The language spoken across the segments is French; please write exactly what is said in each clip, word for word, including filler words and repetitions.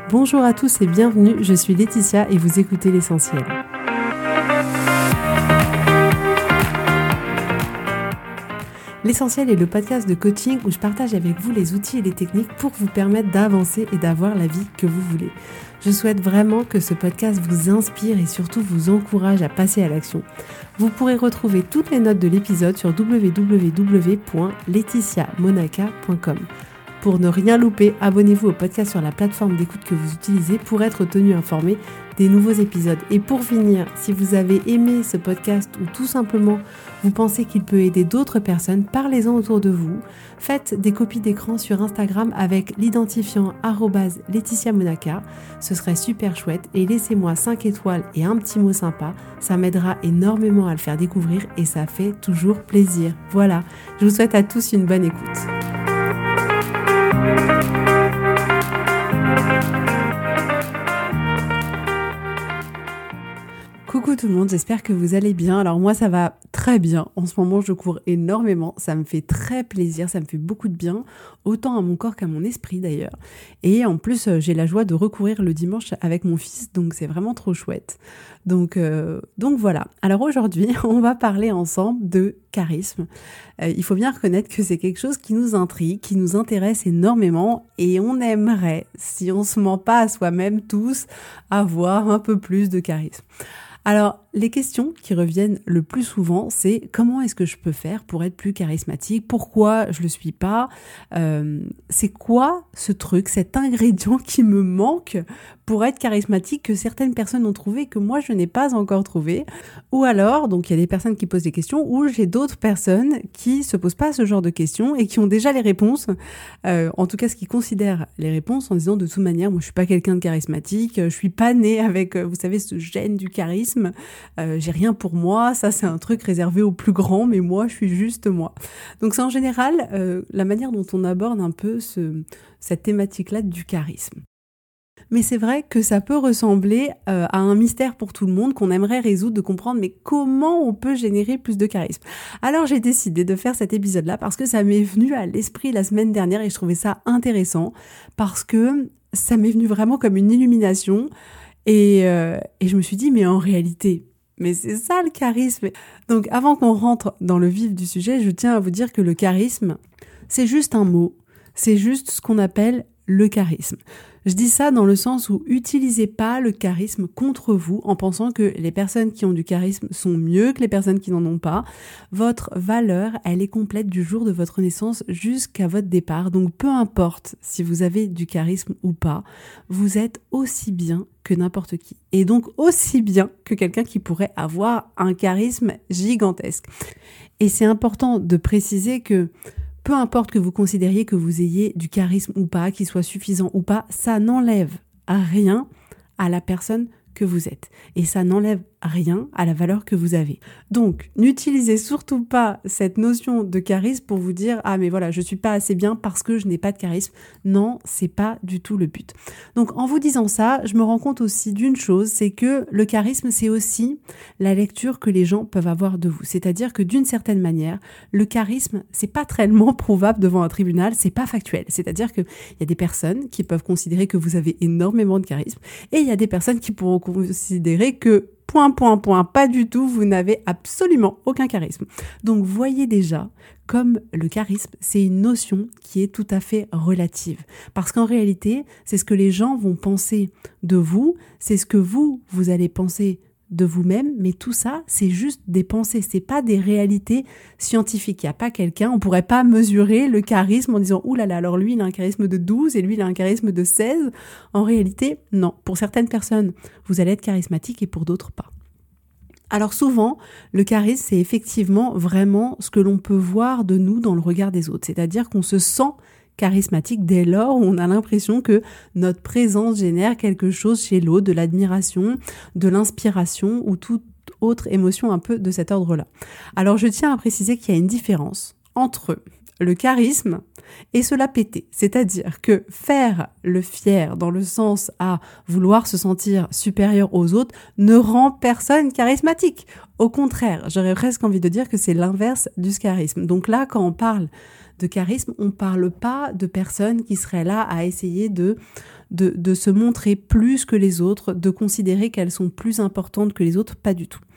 Bonjour à tous et bienvenue, je suis Laetitia et vous écoutez L'Essentiel. L'Essentiel est le podcast de coaching où je partage avec vous les outils et les techniques pour vous permettre d'avancer et d'avoir la vie que vous voulez. Je souhaite vraiment que ce podcast vous inspire et surtout vous encourage à passer à l'action. Vous pourrez retrouver toutes les notes de l'épisode sur w w w point laetitia monaca point com. Pour ne rien louper, abonnez-vous au podcast sur la plateforme d'écoute que vous utilisez pour être tenu informé des nouveaux épisodes. Et pour finir, si vous avez aimé ce podcast ou tout simplement vous pensez qu'il peut aider d'autres personnes, parlez-en autour de vous. Faites des copies d'écran sur Instagram avec l'identifiant arobase laetitia monaca. Ce serait super chouette et laissez-moi cinq étoiles et un petit mot sympa. Ça m'aidera énormément à le faire découvrir et ça fait toujours plaisir. Voilà, je vous souhaite à tous une bonne écoute. Coucou tout le monde, j'espère que vous allez bien. Alors moi ça va très bien, en ce moment je cours énormément, ça me fait très plaisir, ça me fait beaucoup de bien, autant à mon corps qu'à mon esprit d'ailleurs. Et en plus j'ai la joie de recourir le dimanche avec mon fils, donc c'est vraiment trop chouette. Donc, euh, donc voilà, alors aujourd'hui on va parler ensemble de charisme. Euh, il faut bien reconnaître que c'est quelque chose qui nous intrigue, qui nous intéresse énormément et on aimerait, si on se ment pas à soi-même tous, avoir un peu plus de charisme. Alors, les questions qui reviennent le plus souvent, c'est comment est-ce que je peux faire pour être plus charismatique ? Pourquoi je le suis pas ? euh, C'est quoi ce truc, cet ingrédient qui me manque pour être charismatique que certaines personnes ont trouvé et que moi je n'ai pas encore trouvé ? Ou alors, donc il y a des personnes qui posent des questions, ou j'ai d'autres personnes qui se posent pas ce genre de questions et qui ont déjà les réponses, euh, en tout cas ce qui considèrent les réponses en disant de toute manière, moi je suis pas quelqu'un de charismatique, je suis pas née avec, vous savez, ce gène du charisme. Euh, j'ai rien pour moi, ça c'est un truc réservé aux plus grands, mais moi je suis juste moi. Donc c'est en général euh, la manière dont on aborde un peu ce, cette thématique-là du charisme. Mais c'est vrai que ça peut ressembler euh, à un mystère pour tout le monde qu'on aimerait résoudre, de comprendre mais comment on peut générer plus de charisme. Alors j'ai décidé de faire cet épisode-là parce que ça m'est venu à l'esprit la semaine dernière et je trouvais ça intéressant parce que ça m'est venu vraiment comme une illumination. Et, euh, et je me suis dit, mais en réalité, mais c'est ça le charisme. Donc avant qu'on rentre dans le vif du sujet, je tiens à vous dire que le charisme, c'est juste un mot. C'est juste ce qu'on appelle le charisme. Je dis ça dans le sens où utilisez pas le charisme contre vous en pensant que les personnes qui ont du charisme sont mieux que les personnes qui n'en ont pas. Votre valeur, elle est complète du jour de votre naissance jusqu'à votre départ. Donc peu importe si vous avez du charisme ou pas, vous êtes aussi bien que n'importe qui. Et donc aussi bien que quelqu'un qui pourrait avoir un charisme gigantesque. Et c'est important de préciser que peu importe que vous considériez que vous ayez du charisme ou pas, qu'il soit suffisant ou pas, ça n'enlève rien à la personne que vous êtes. Et ça n'enlève rien à la valeur que vous avez. Donc, n'utilisez surtout pas cette notion de charisme pour vous dire « Ah, mais voilà, je suis pas assez bien parce que je n'ai pas de charisme. » Non, c'est pas du tout le but. Donc, en vous disant ça, je me rends compte aussi d'une chose, c'est que le charisme, c'est aussi la lecture que les gens peuvent avoir de vous. C'est-à-dire que d'une certaine manière, le charisme, c'est pas tellement prouvable devant un tribunal, c'est pas factuel. C'est-à-dire qu'il y a des personnes qui peuvent considérer que vous avez énormément de charisme et il y a des personnes qui pourront considérer que point, point, point, pas du tout, vous n'avez absolument aucun charisme. Donc voyez déjà comme le charisme, c'est une notion qui est tout à fait relative. Parce qu'en réalité, c'est ce que les gens vont penser de vous, c'est ce que vous, vous allez penser de vous-même, mais tout ça, c'est juste des pensées, c'est pas des réalités scientifiques. Il n'y a pas quelqu'un, on pourrait pas mesurer le charisme en disant « Ouh là là, alors lui, il a un charisme de douze et lui, il a un charisme de seize. » En réalité, non. Pour certaines personnes, vous allez être charismatique et pour d'autres, pas. Alors souvent, le charisme, c'est effectivement vraiment ce que l'on peut voir de nous dans le regard des autres. C'est-à-dire qu'on se sent charismatique dès lors où on a l'impression que notre présence génère quelque chose chez l'autre, de l'admiration, de l'inspiration ou toute autre émotion un peu de cet ordre-là. Alors je tiens à préciser qu'il y a une différence entre le charisme et se la péter. C'est-à-dire que faire le fier dans le sens à vouloir se sentir supérieur aux autres ne rend personne charismatique. Au contraire, j'aurais presque envie de dire que c'est l'inverse du charisme. Donc là, quand on parle de charisme, on ne parle pas de personnes qui seraient là à essayer de, de, de se montrer plus que les autres, de considérer qu'elles sont plus importantes que les autres, pas du tout.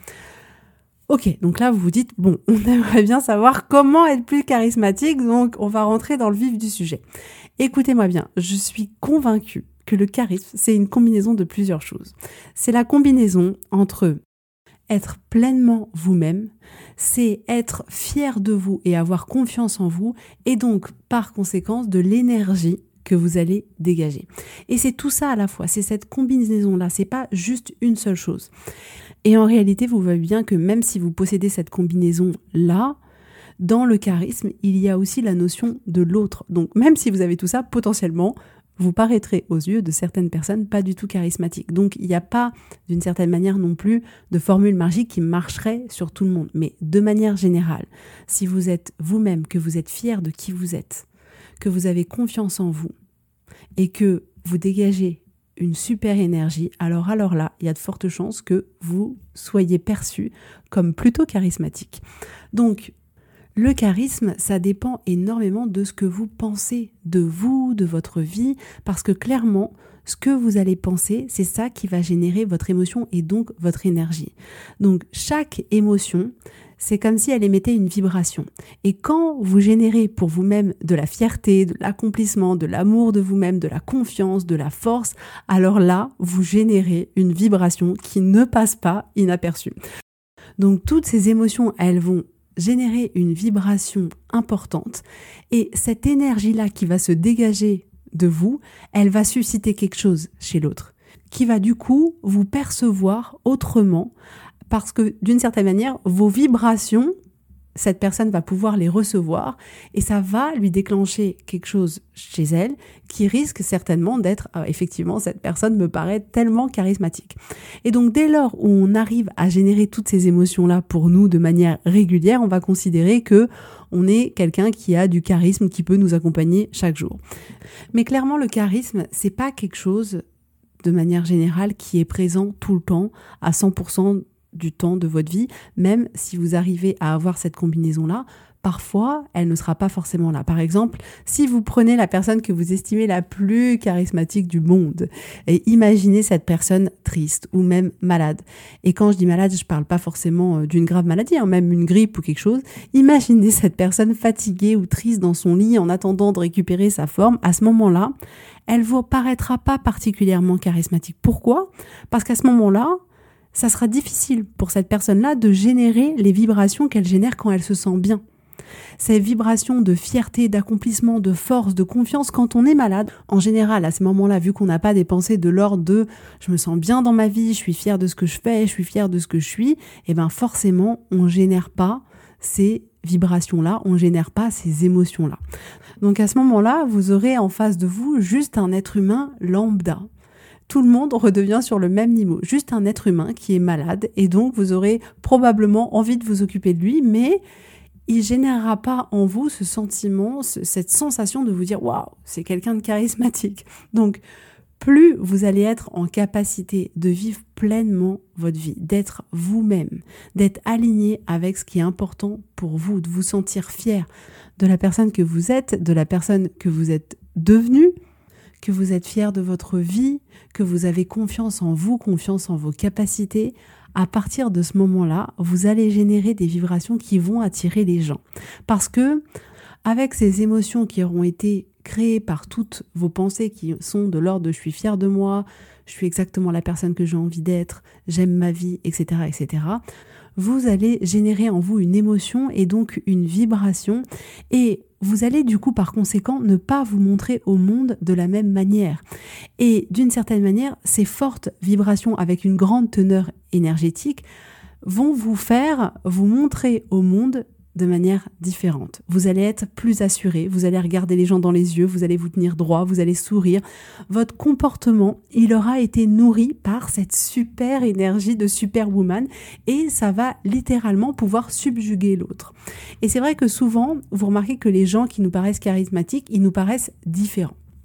Ok, donc là vous vous dites, bon, on aimerait bien savoir comment être plus charismatique, donc on va rentrer dans le vif du sujet. Écoutez-moi bien, je suis convaincue que le charisme, c'est une combinaison de plusieurs choses. C'est la combinaison entre être pleinement vous-même, c'est être fier de vous et avoir confiance en vous, et donc par conséquence de l'énergie que vous allez dégager. Et c'est tout ça à la fois, c'est cette combinaison-là, c'est pas juste une seule chose. Et en réalité, vous voyez bien que même si vous possédez cette combinaison-là, dans le charisme, il y a aussi la notion de l'autre. Donc même si vous avez tout ça, potentiellement, vous paraîtrez aux yeux de certaines personnes pas du tout charismatiques. Donc il n'y a pas, d'une certaine manière non plus, de formule magique qui marcherait sur tout le monde. Mais de manière générale, si vous êtes vous-même, que vous êtes fier de qui vous êtes, que vous avez confiance en vous et que vous dégagez une super énergie, alors alors là, il y a de fortes chances que vous soyez perçu comme plutôt charismatique. Donc, le charisme, ça dépend énormément de ce que vous pensez de vous, de votre vie, parce que clairement, ce que vous allez penser, c'est ça qui va générer votre émotion et donc votre énergie. Donc, chaque émotion, c'est comme si elle émettait une vibration. Et quand vous générez pour vous-même de la fierté, de l'accomplissement, de l'amour de vous-même, de la confiance, de la force, alors là, vous générez une vibration qui ne passe pas inaperçue. Donc toutes ces émotions, elles vont générer une vibration importante et cette énergie-là qui va se dégager de vous, elle va susciter quelque chose chez l'autre qui va du coup vous percevoir autrement. Parce que d'une certaine manière, vos vibrations, cette personne va pouvoir les recevoir et ça va lui déclencher quelque chose chez elle qui risque certainement d'être, euh, effectivement, cette personne me paraît tellement charismatique. Et donc dès lors où on arrive à générer toutes ces émotions-là pour nous de manière régulière, on va considérer que on est quelqu'un qui a du charisme, qui peut nous accompagner chaque jour. Mais clairement, le charisme, c'est pas quelque chose de manière générale qui est présent tout le temps à cent pour cent du temps de votre vie, même si vous arrivez à avoir cette combinaison-là, parfois, elle ne sera pas forcément là. Par exemple, si vous prenez la personne que vous estimez la plus charismatique du monde et imaginez cette personne triste ou même malade. Et quand je dis malade, je parle pas forcément d'une grave maladie, hein, même une grippe ou quelque chose. Imaginez cette personne fatiguée ou triste dans son lit en attendant de récupérer sa forme. À ce moment-là, elle vous paraîtra pas particulièrement charismatique. Pourquoi ? Parce qu'à ce moment-là, ça sera difficile pour cette personne-là de générer les vibrations qu'elle génère quand elle se sent bien. Ces vibrations de fierté, d'accomplissement, de force, de confiance, quand on est malade, en général, à ce moment-là, vu qu'on n'a pas des pensées de l'ordre de « je me sens bien dans ma vie, je suis fière de ce que je fais, je suis fière de ce que je suis », eh bien forcément, on ne génère pas ces vibrations-là, on ne génère pas ces émotions-là. Donc à ce moment-là, vous aurez en face de vous juste un être humain lambda. Tout le monde redevient sur le même niveau, juste un être humain qui est malade et donc vous aurez probablement envie de vous occuper de lui, mais il ne générera pas en vous ce sentiment, ce, cette sensation de vous dire « waouh, c'est quelqu'un de charismatique ». Donc, plus vous allez être en capacité de vivre pleinement votre vie, d'être vous-même, d'être aligné avec ce qui est important pour vous, de vous sentir fier de la personne que vous êtes, de la personne que vous êtes devenue, que vous êtes fier de votre vie, que vous avez confiance en vous, confiance en vos capacités, à partir de ce moment-là, vous allez générer des vibrations qui vont attirer les gens. Parce que, avec ces émotions qui auront été créées par toutes vos pensées qui sont de l'ordre de « je suis fier de moi »,« je suis exactement la personne que j'ai envie d'être »,« j'aime ma vie », et cetera, et cetera, vous allez générer en vous une émotion et donc une vibration et vous allez du coup par conséquent ne pas vous montrer au monde de la même manière. Et d'une certaine manière, ces fortes vibrations avec une grande teneur énergétique vont vous faire vous montrer au monde de manière différente. Vous allez être plus assuré, vous allez regarder les gens dans les yeux, vous allez vous tenir droit, vous allez sourire. Votre comportement, il aura été nourri par cette super énergie de superwoman et ça va littéralement pouvoir subjuguer l'autre. Et c'est vrai que souvent, vous remarquez que les gens qui nous paraissent charismatiques, ils nous paraissent différents.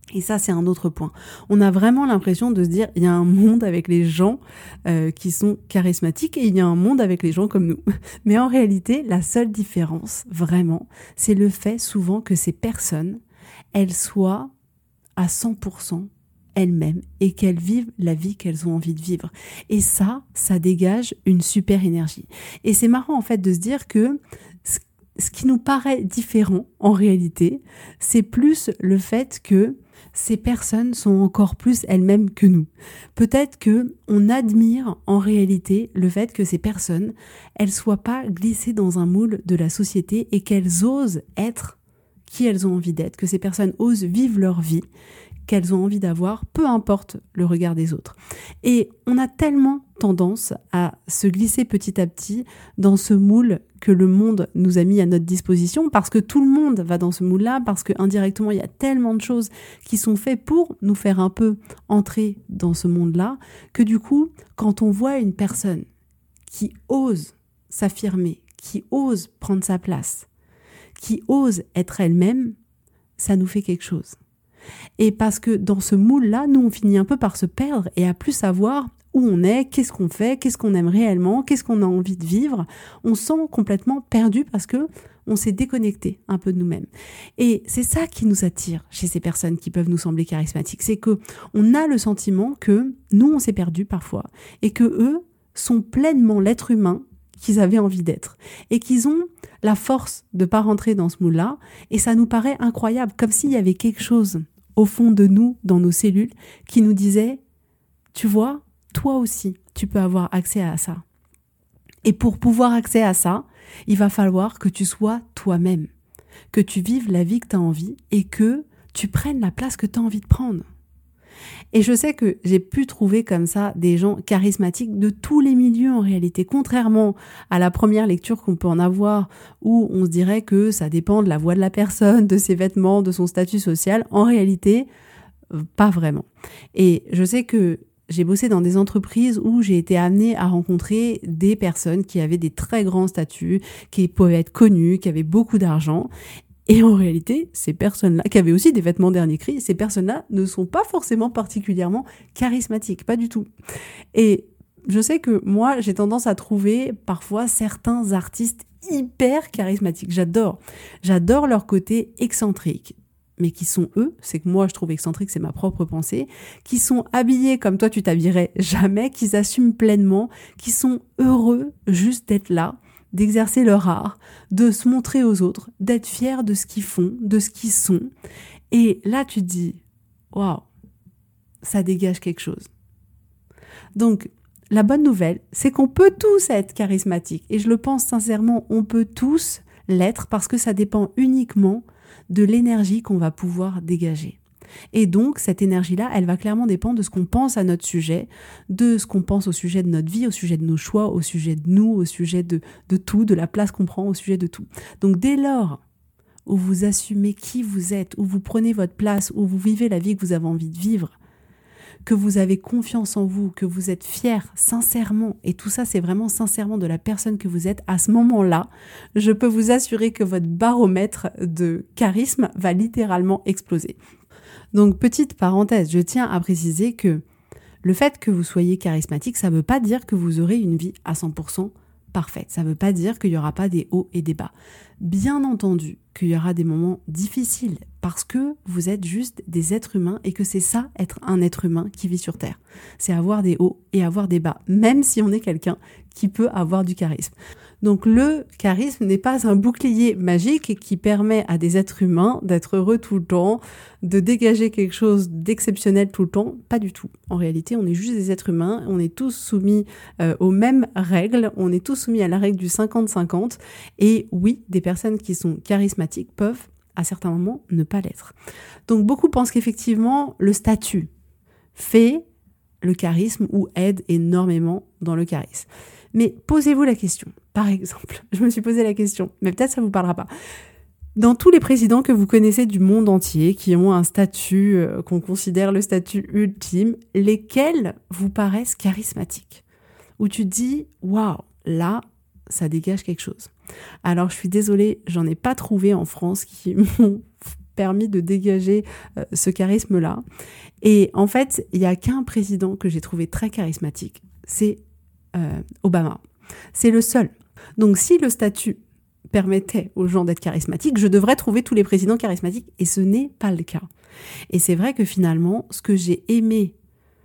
Et ça, c'est un autre point. On a vraiment l'impression de se dire, il y a un monde avec les gens euh, qui sont charismatiques et il y a un monde avec les gens comme nous. Mais en réalité, la seule différence, vraiment, c'est le fait souvent que ces personnes, elles soient à cent pour cent elles-mêmes et qu'elles vivent la vie qu'elles ont envie de vivre. Et ça, ça dégage une super énergie. Et c'est marrant en fait de se dire que ce qui nous paraît différent en réalité, c'est plus le fait que ces personnes sont encore plus elles-mêmes que nous. Peut-être que on admire en réalité le fait que ces personnes, elles soient pas glissées dans un moule de la société et qu'elles osent être qui elles ont envie d'être, que ces personnes osent vivre leur vie qu'elles ont envie d'avoir, peu importe le regard des autres. Et on a tellement tendance à se glisser petit à petit dans ce moule que le monde nous a mis à notre disposition, parce que tout le monde va dans ce moule-là, parce que indirectement il y a tellement de choses qui sont faites pour nous faire un peu entrer dans ce monde-là, que du coup, quand on voit une personne qui ose s'affirmer, qui ose prendre sa place, qui ose être elle-même, ça nous fait quelque chose. Et parce que dans ce moule-là, nous, on finit un peu par se perdre et à plus savoir où on est, qu'est-ce qu'on fait, qu'est-ce qu'on aime réellement, qu'est-ce qu'on a envie de vivre. On se sent complètement perdu parce que on s'est déconnecté un peu de nous-mêmes. Et c'est ça qui nous attire chez ces personnes qui peuvent nous sembler charismatiques. C'est que on a le sentiment que nous, on s'est perdu parfois et que eux sont pleinement l'être humain qu'ils avaient envie d'être et qu'ils ont la force de pas rentrer dans ce moule-là. Et ça nous paraît incroyable, comme s'il y avait quelque chose au fond de nous, dans nos cellules, qui nous disait, tu vois, toi aussi, tu peux avoir accès à ça. Et pour pouvoir accès à ça, il va falloir que tu sois toi-même, que tu vives la vie que tu as envie et que tu prennes la place que tu as envie de prendre. Et je sais que j'ai pu trouver comme ça des gens charismatiques de tous les milieux en réalité, contrairement à la première lecture qu'on peut en avoir où on se dirait que ça dépend de la voix de la personne, de ses vêtements, de son statut social. En réalité, pas vraiment. Et je sais que j'ai bossé dans des entreprises où j'ai été amenée à rencontrer des personnes qui avaient des très grands statuts, qui pouvaient être connues, qui avaient beaucoup d'argent. Et en réalité, ces personnes-là, qui avaient aussi des vêtements dernier cri, ces personnes-là ne sont pas forcément particulièrement charismatiques, pas du tout. Et je sais que moi, j'ai tendance à trouver parfois certains artistes hyper charismatiques. J'adore. J'adore leur côté excentrique. Mais qui sont eux, c'est que moi je trouve excentrique, c'est ma propre pensée, qui sont habillés comme toi tu t'habillerais jamais, qui assument pleinement, qui sont heureux juste d'être là, d'exercer leur art, de se montrer aux autres, d'être fiers de ce qu'ils font, de ce qu'ils sont. Et là, tu te dis, waouh, ça dégage quelque chose. Donc, la bonne nouvelle, c'est qu'on peut tous être charismatiques. Et je le pense sincèrement, on peut tous l'être parce que ça dépend uniquement de l'énergie qu'on va pouvoir dégager. Et donc, cette énergie-là, elle va clairement dépendre de ce qu'on pense à notre sujet, de ce qu'on pense au sujet de notre vie, au sujet de nos choix, au sujet de nous, au sujet de, de tout, de la place qu'on prend au sujet de tout. Donc, dès lors où vous assumez qui vous êtes, où vous prenez votre place, où vous vivez la vie que vous avez envie de vivre, que vous avez confiance en vous, que vous êtes fier sincèrement, et tout ça c'est vraiment sincèrement de la personne que vous êtes, à ce moment-là, je peux vous assurer que votre baromètre de charisme va littéralement exploser. Donc, petite parenthèse, je tiens à préciser que le fait que vous soyez charismatique, ça ne veut pas dire que vous aurez une vie à cent pour cent parfaite. Ça ne veut pas dire qu'il n'y aura pas des hauts et des bas. Bien entendu qu'il y aura des moments difficiles parce que vous êtes juste des êtres humains et que c'est ça, être un être humain qui vit sur Terre. C'est avoir des hauts et avoir des bas, même si on est quelqu'un qui peut avoir du charisme. Donc le charisme n'est pas un bouclier magique qui permet à des êtres humains d'être heureux tout le temps, de dégager quelque chose d'exceptionnel tout le temps. Pas du tout. En réalité, on est juste des êtres humains, on est tous soumis euh, aux mêmes règles, on est tous soumis à la règle du cinquante cinquante. Et oui, des personnes qui sont charismatiques peuvent, à certains moments, ne pas l'être. Donc beaucoup pensent qu'effectivement, le statut fait le charisme ou aide énormément dans le charisme. Mais posez-vous la question. Par exemple, je me suis posé la question, mais peut-être ça ne vous parlera pas. Dans tous les présidents que vous connaissez du monde entier, qui ont un statut euh, qu'on considère le statut ultime, lesquels vous paraissent charismatiques? Où tu te dis, waouh, là, ça dégage quelque chose. Alors, je suis désolée, j'en ai pas trouvé en France qui m'ont permis de dégager euh, ce charisme-là. Et en fait, il n'y a qu'un président que j'ai trouvé très charismatique, c'est euh, Obama. C'est le seul. Donc si le statut permettait aux gens d'être charismatiques, je devrais trouver tous les présidents charismatiques, et ce n'est pas le cas. Et c'est vrai que finalement, ce que j'ai aimé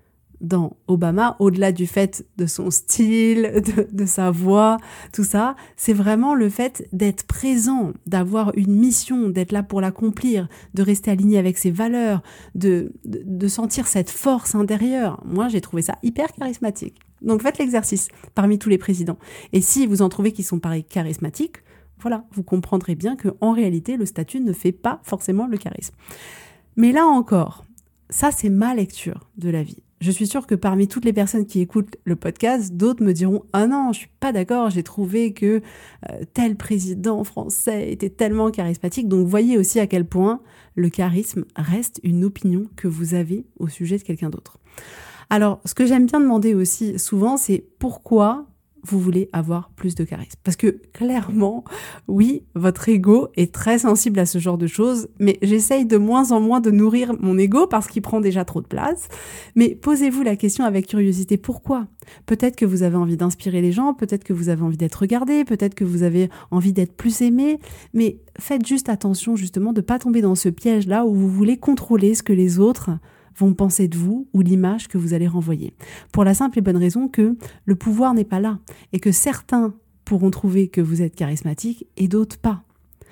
dans Obama, au-delà du fait de son style, de, de sa voix, tout ça, c'est vraiment le fait d'être présent, d'avoir une mission, d'être là pour l'accomplir, de rester aligné avec ses valeurs, de, de, de sentir cette force intérieure. Moi, j'ai trouvé ça hyper charismatique. Donc faites l'exercice parmi tous les présidents. Et si vous en trouvez qui sont pareils charismatiques, voilà, vous comprendrez bien qu'en réalité, le statut ne fait pas forcément le charisme. Mais là encore, ça c'est ma lecture de la vie. Je suis sûre que parmi toutes les personnes qui écoutent le podcast, d'autres me diront « Ah non, je suis pas d'accord, j'ai trouvé que euh, tel président français était tellement charismatique. » Donc voyez aussi à quel point le charisme reste une opinion que vous avez au sujet de quelqu'un d'autre. Alors, ce que j'aime bien demander aussi souvent, c'est pourquoi vous voulez avoir plus de charisme. Parce que clairement, oui, votre ego est très sensible à ce genre de choses, mais j'essaye de moins en moins de nourrir mon ego parce qu'il prend déjà trop de place. Mais posez-vous la question avec curiosité, pourquoi ? Peut-être que vous avez envie d'inspirer les gens, peut-être que vous avez envie d'être regardé, peut-être que vous avez envie d'être plus aimé, mais faites juste attention justement de ne pas tomber dans ce piège-là où vous voulez contrôler ce que les autres vont penser de vous ou l'image que vous allez renvoyer. Pour la simple et bonne raison que le pouvoir n'est pas là et que certains pourront trouver que vous êtes charismatique et d'autres pas.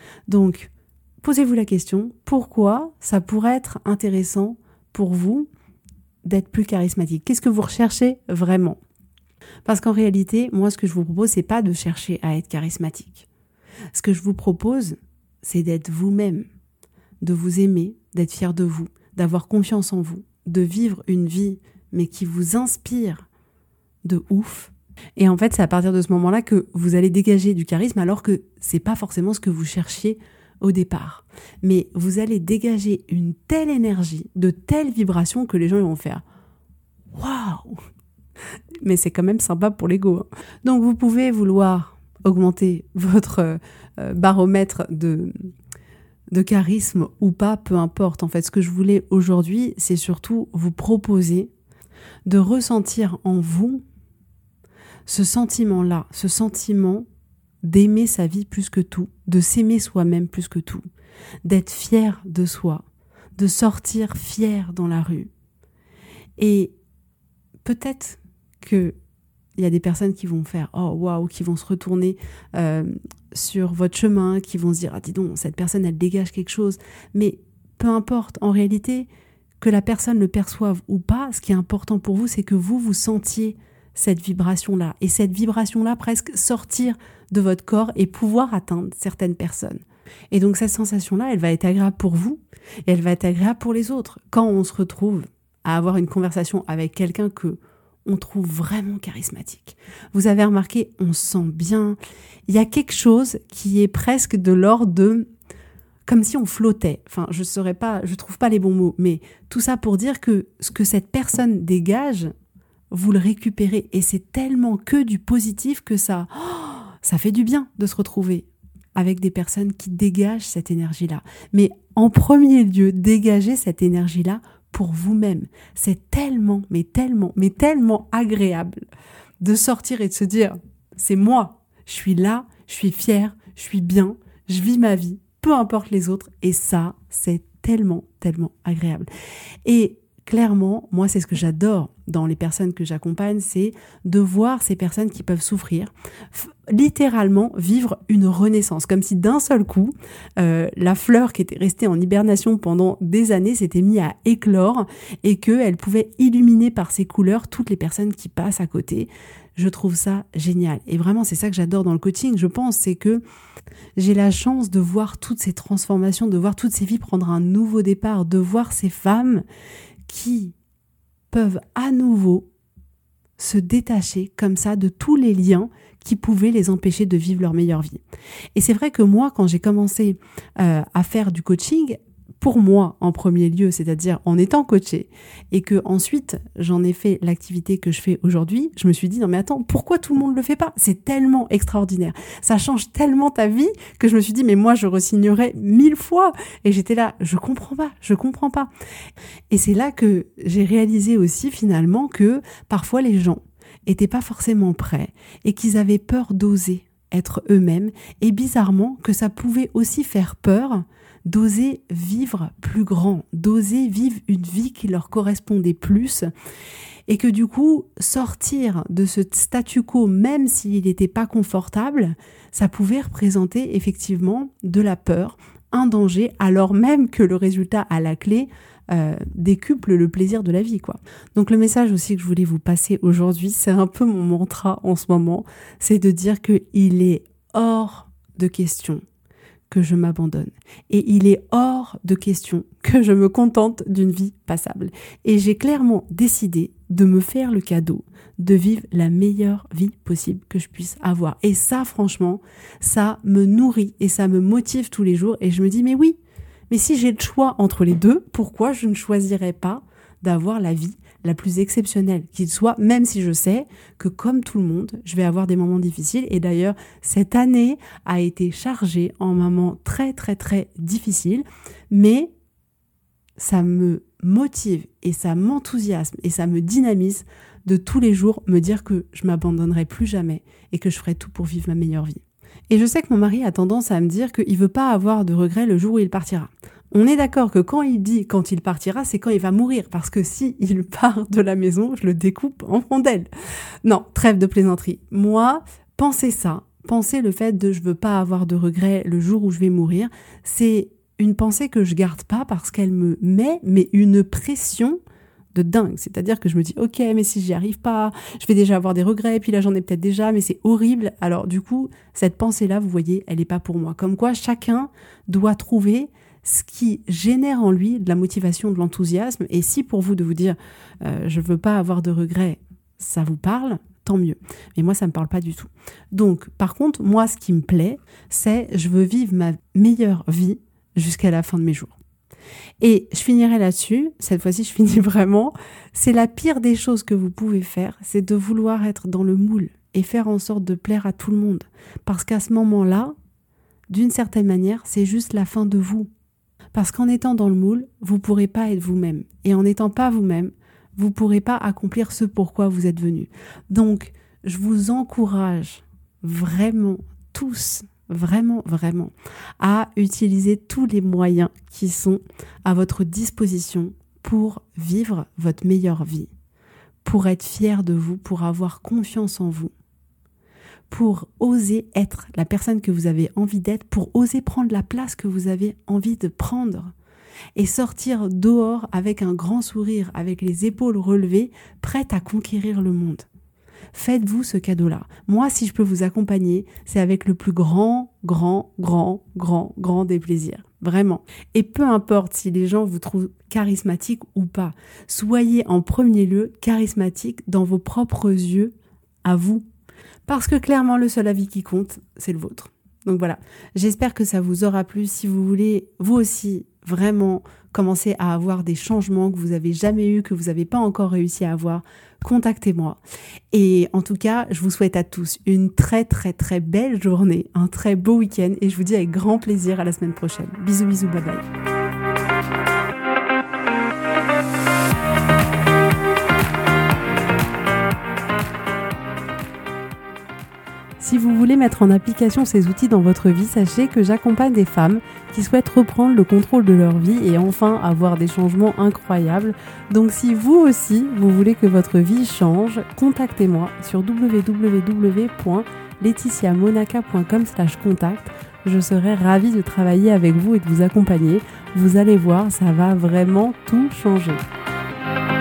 Donc, posez-vous la question, pourquoi ça pourrait être intéressant pour vous d'être plus charismatique ? Qu'est-ce que vous recherchez vraiment ? Parce qu'en réalité, moi, ce que je vous propose, c'est pas de chercher à être charismatique. Ce que je vous propose, c'est d'être vous-même, de vous aimer, d'être fier de vous, d'avoir confiance en vous, de vivre une vie, mais qui vous inspire de ouf. Et en fait, c'est à partir de ce moment-là que vous allez dégager du charisme, alors que c'est pas forcément ce que vous cherchiez au départ. Mais vous allez dégager une telle énergie, de telles vibrations que les gens vont faire « Waouh !» Mais c'est quand même sympa pour l'ego. Hein. Donc vous pouvez vouloir augmenter votre euh, baromètre de... de charisme ou pas, peu importe. En fait, ce que je voulais aujourd'hui, c'est surtout vous proposer de ressentir en vous ce sentiment-là, ce sentiment d'aimer sa vie plus que tout, de s'aimer soi-même plus que tout, d'être fier de soi, de sortir fier dans la rue. Et peut-être que il y a des personnes qui vont faire « Oh, waouh !» qui vont se retourner euh, sur votre chemin, qui vont se dire « Ah, dis donc, cette personne, elle dégage quelque chose. » Mais peu importe, en réalité, que la personne le perçoive ou pas, ce qui est important pour vous, c'est que vous, vous sentiez cette vibration-là. Et cette vibration-là, presque sortir de votre corps et pouvoir atteindre certaines personnes. Et donc, cette sensation-là, elle va être agréable pour vous et elle va être agréable pour les autres. Quand on se retrouve à avoir une conversation avec quelqu'un que on trouve vraiment charismatique. Vous avez remarqué, on sent bien. Il y a quelque chose qui est presque de l'ordre de... comme si on flottait. Enfin, je saurais pas, je trouve pas les bons mots, mais tout ça pour dire que ce que cette personne dégage, vous le récupérez. Et c'est tellement que du positif que ça, oh, ça fait du bien de se retrouver avec des personnes qui dégagent cette énergie-là. Mais en premier lieu, dégager cette énergie-là pour vous-même. C'est tellement, mais tellement, mais tellement agréable de sortir et de se dire « c'est moi, je suis là, je suis fière, je suis bien, je vis ma vie, peu importe les autres. » Et ça, c'est tellement, tellement agréable. Et clairement, moi, c'est ce que j'adore dans les personnes que j'accompagne, c'est de voir ces personnes qui peuvent souffrir, f- littéralement vivre une renaissance, comme si d'un seul coup, euh, la fleur qui était restée en hibernation pendant des années s'était mise à éclore et qu'elle pouvait illuminer par ses couleurs toutes les personnes qui passent à côté. Je trouve ça génial. Et vraiment, c'est ça que j'adore dans le coaching, je pense, c'est que j'ai la chance de voir toutes ces transformations, de voir toutes ces vies prendre un nouveau départ, de voir ces femmes qui peuvent à nouveau se détacher comme ça de tous les liens qui pouvaient les empêcher de vivre leur meilleure vie. Et c'est vrai que moi, quand j'ai commencé euh, à faire du coaching, pour moi en premier lieu, c'est-à-dire en étant coachée, et que ensuite j'en ai fait l'activité que je fais aujourd'hui, je me suis dit non mais attends, pourquoi tout le monde le fait pas ? C'est tellement extraordinaire, ça change tellement ta vie que je me suis dit mais moi je re-signerais mille fois. Et j'étais là, je comprends pas, je comprends pas. Et c'est là que j'ai réalisé aussi finalement que parfois les gens étaient pas forcément prêts et qu'ils avaient peur d'oser être eux-mêmes, et bizarrement que ça pouvait aussi faire peur d'oser vivre plus grand, d'oser vivre une vie qui leur correspondait plus, et que du coup, sortir de ce statu quo, même s'il n'était pas confortable, ça pouvait représenter effectivement de la peur, un danger, alors même que le résultat à la clé euh, décuple le plaisir de la vie, quoi. Donc le message aussi que je voulais vous passer aujourd'hui, c'est un peu mon mantra en ce moment, c'est de dire qu'il est hors de question que je m'abandonne. Et il est hors de question que je me contente d'une vie passable. Et j'ai clairement décidé de me faire le cadeau de vivre la meilleure vie possible que je puisse avoir. Et ça, franchement, ça me nourrit et ça me motive tous les jours. Et je me dis, mais oui, mais si j'ai le choix entre les deux, pourquoi je ne choisirais pas d'avoir la vie la plus exceptionnelle qu'il soit, même si je sais que comme tout le monde, je vais avoir des moments difficiles. Et d'ailleurs, cette année a été chargée en moments très très très difficiles, mais ça me motive et ça m'enthousiasme et ça me dynamise de tous les jours me dire que je m'abandonnerai plus jamais et que je ferai tout pour vivre ma meilleure vie. Et je sais que mon mari a tendance à me dire qu'il veut pas avoir de regrets le jour où il partira. On est d'accord que quand il dit quand il partira, c'est quand il va mourir, parce que si il part de la maison, je le découpe en rondelles. Non, trêve de plaisanterie. Moi, penser ça, penser le fait de je veux pas avoir de regrets le jour où je vais mourir, c'est une pensée que je garde pas parce qu'elle me met mais une pression de dingue. C'est-à-dire que je me dis ok, mais si j'y arrive pas, je vais déjà avoir des regrets, puis là j'en ai peut-être déjà, mais c'est horrible. Alors du coup, cette pensée-là, vous voyez, elle est pas pour moi. Comme quoi, chacun doit trouver ce qui génère en lui de la motivation, de l'enthousiasme. Et si pour vous de vous dire euh, je veux pas avoir de regrets, ça vous parle, tant mieux. Mais moi, ça me parle pas du tout. Donc, par contre, moi, ce qui me plaît, c'est je veux vivre ma meilleure vie jusqu'à la fin de mes jours. Et je finirai là-dessus. Cette fois-ci, je finis vraiment. C'est la pire des choses que vous pouvez faire, c'est de vouloir être dans le moule et faire en sorte de plaire à tout le monde. Parce qu'à ce moment-là, d'une certaine manière, c'est juste la fin de vous. Parce qu'en étant dans le moule, vous ne pourrez pas être vous-même. Et en n'étant pas vous-même, vous ne pourrez pas accomplir ce pourquoi vous êtes venu. Donc, je vous encourage vraiment tous, vraiment, vraiment, à utiliser tous les moyens qui sont à votre disposition pour vivre votre meilleure vie, pour être fier de vous, pour avoir confiance en vous, pour oser être la personne que vous avez envie d'être, pour oser prendre la place que vous avez envie de prendre et sortir dehors avec un grand sourire, avec les épaules relevées, prête à conquérir le monde. Faites-vous ce cadeau-là. Moi, si je peux vous accompagner, c'est avec le plus grand, grand, grand, grand, grand des plaisirs. Vraiment. Et peu importe si les gens vous trouvent charismatique ou pas, soyez en premier lieu charismatique dans vos propres yeux, à vous. Parce que clairement, le seul avis qui compte, c'est le vôtre. Donc voilà, j'espère que ça vous aura plu. Si vous voulez, vous aussi, vraiment commencer à avoir des changements que vous n'avez jamais eu, que vous n'avez pas encore réussi à avoir, contactez-moi. Et en tout cas, je vous souhaite à tous une très très très belle journée, un très beau week-end et je vous dis avec grand plaisir à la semaine prochaine. Bisous bisous, bye bye. Si vous voulez mettre en application ces outils dans votre vie, sachez que j'accompagne des femmes qui souhaitent reprendre le contrôle de leur vie et enfin avoir des changements incroyables. Donc si vous aussi, vous voulez que votre vie change, contactez-moi sur w w w point laetitia monaca point com slash contact. Je serai ravie de travailler avec vous et de vous accompagner. Vous allez voir, ça va vraiment tout changer.